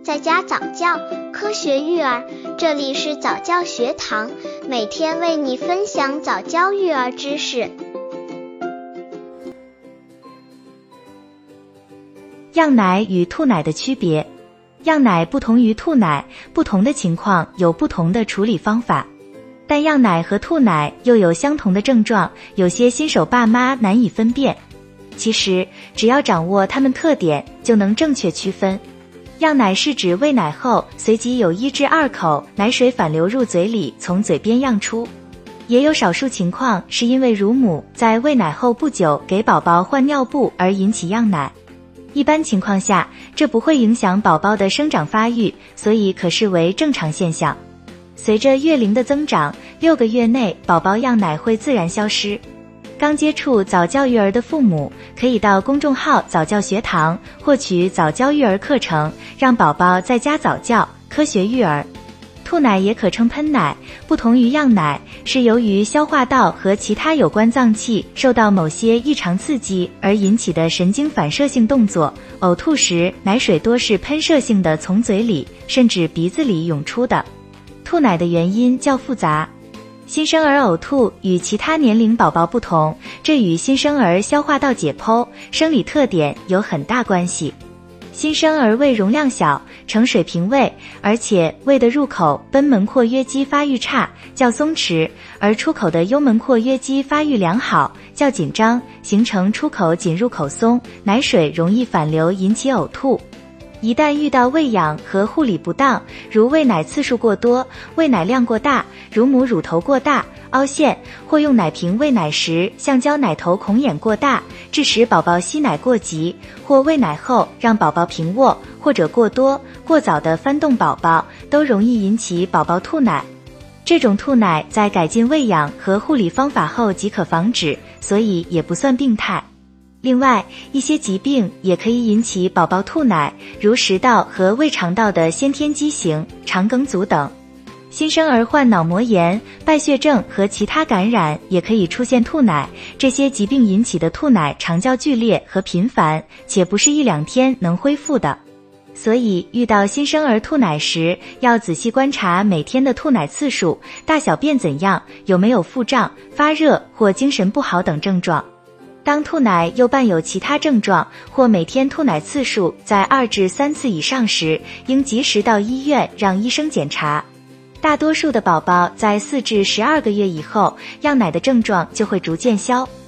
在家早教，科学育儿，这里是早教学堂，每天为你分享早教育儿知识。 样奶与吐奶的区别。样奶不同于吐奶，不同的情况有不同的处理方法。但样奶和吐奶又有相同的症状，有些新手爸妈难以分辨。其实，只要掌握它们特点，就能正确区分。样奶是指喂奶后随即有1至2口奶水反流入嘴里，从嘴边漾出。也有少数情况是因为乳母在喂奶后不久给宝宝换尿布而引起样奶。一般情况下，这不会影响宝宝的生长发育，所以可视为正常现象。随着月龄的增长，6个月内宝宝样奶会自然消失。刚接触早教育儿的父母，可以到公众号早教学堂获取早教育儿课程，让宝宝在家早教，科学育儿。吐奶也可称喷奶，不同于样奶，是由于消化道和其他有关脏器受到某些异常刺激而引起的神经反射性动作。呕吐时，奶水多是喷射性的从嘴里甚至鼻子里涌出的。吐奶的原因较复杂。新生儿呕吐与其他年龄宝宝不同，这与新生儿消化道解剖、生理特点有很大关系。新生儿胃容量小，呈水平胃，而且胃的入口贲门括约肌发育差，较松弛，而出口的幽门括约肌发育良好，较紧张，形成出口紧入口松，奶水容易反流引起呕吐。一旦遇到喂养和护理不当，如喂奶次数过多、喂奶量过大、乳母乳头过大、凹陷，或用奶瓶喂奶时橡胶奶头孔眼过大，致使宝宝吸奶过急，或喂奶后让宝宝平卧，或者过多、过早的翻动宝宝，都容易引起宝宝吐奶。这种吐奶在改进喂养和护理方法后即可防止，所以也不算病态。另外，一些疾病也可以引起宝宝吐奶，如食道和胃肠道的先天畸形、肠梗阻等。新生儿患脑膜炎、败血症和其他感染也可以出现吐奶，这些疾病引起的吐奶常较剧烈和频繁，且不是1、2天能恢复的。所以遇到新生儿吐奶时，要仔细观察每天的吐奶次数、大小便怎样，有没有腹胀、发热或精神不好等症状。当吐奶又伴有其他症状，或每天吐奶次数在2至3次以上时，应及时到医院让医生检查。大多数的宝宝在4至12个月以后，样奶的症状就会逐渐消。